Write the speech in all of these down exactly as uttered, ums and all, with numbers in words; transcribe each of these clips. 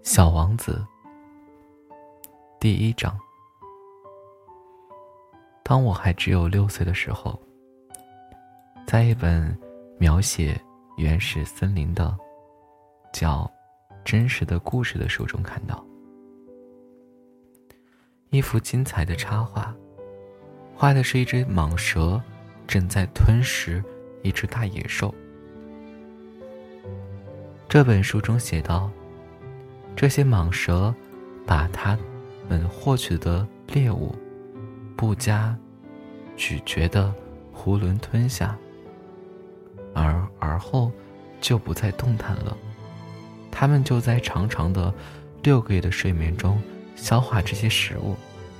小王子第一章。当我还只有六岁的时候，在一本描写原始森林的叫《真实的故事》的书中看到一幅精彩的插画，画的是一只蟒蛇正在吞食一只大野兽。这本书中写道，这些蟒蛇把它们获取的猎物不加咀嚼的囫囵吞下，而而后就不再动弹了。它们就在长长的六个月的睡眠中消化这些食物。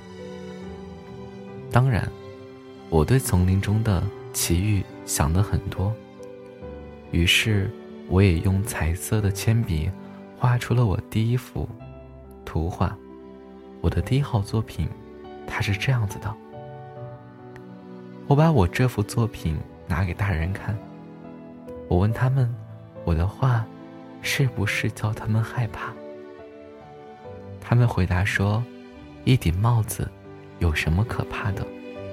当然，我对丛林中的奇遇想得很多，于是我也用彩色的铅笔画出了我第一幅图画。我的第一号作品，它是这样子的。我把我这幅作品拿给大人看，我问他们，我的画是不是叫他们害怕？他们回答说，一顶帽子有什么可怕的？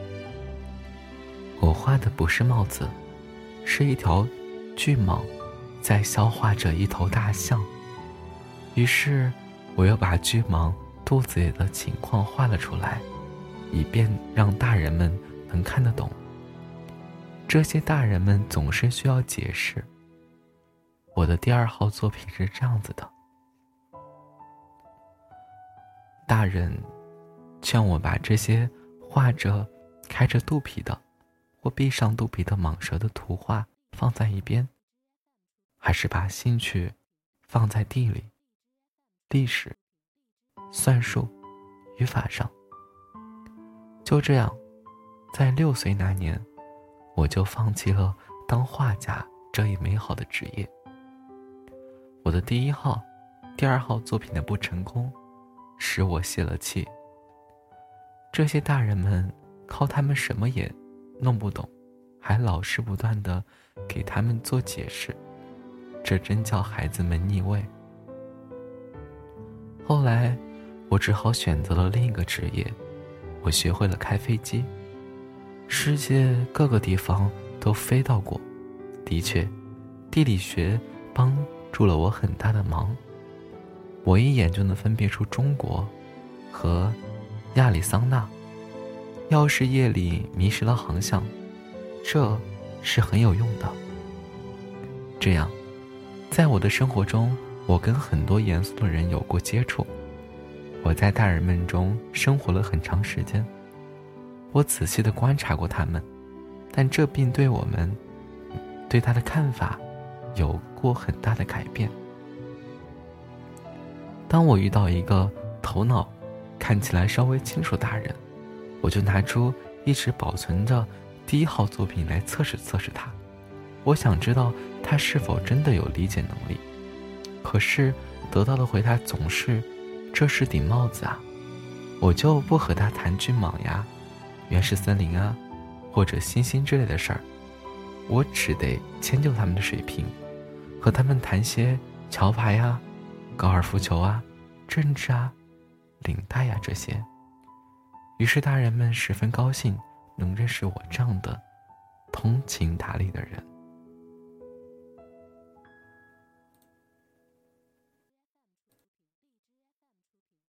我画的不是帽子，是一条巨蟒在消化着一头大象。于是我又把巨蟒肚子里的情况画了出来，以便让大人们能看得懂。这些大人们总是需要解释。我的第二号作品是这样子的。大人劝我把这些画着开着肚皮的或闭上肚皮的蟒蛇的图画放在一边，还是把兴趣放在地理、历史、算术、语法上。就这样，在六岁那年，我就放弃了当画家这一美好的职业。我的第一号、第二号作品的不成功，使我泄了气。这些大人们靠他们什么也弄不懂，还老是不断地给他们做解释，这真叫孩子们腻味。后来我只好选择了另一个职业，我学会了开飞机，世界各个地方都飞到过。的确，地理学帮助了我很大的忙，我一眼就能分别出中国和亚利桑那。要是夜里迷失了航向，这是很有用的。这样，在我的生活中，我跟很多严肃的人有过接触。我在大人们中生活了很长时间，我仔细地观察过他们，但这并对我们对他的看法有过很大的改变。当我遇到一个头脑看起来稍微清楚的大人，我就拿出一直保存着第一号作品来测试测试他。我想知道他是否真的有理解能力。可是得到的回答总是，这是顶帽子啊。我就不和他谈巨蟒呀、原始森林啊，或者星星之类的事儿。我只得迁就他们的水平，和他们谈些桥牌啊、高尔夫球啊、政治啊、领带呀这些。于是大人们十分高兴能认识我这样的通情达理的人。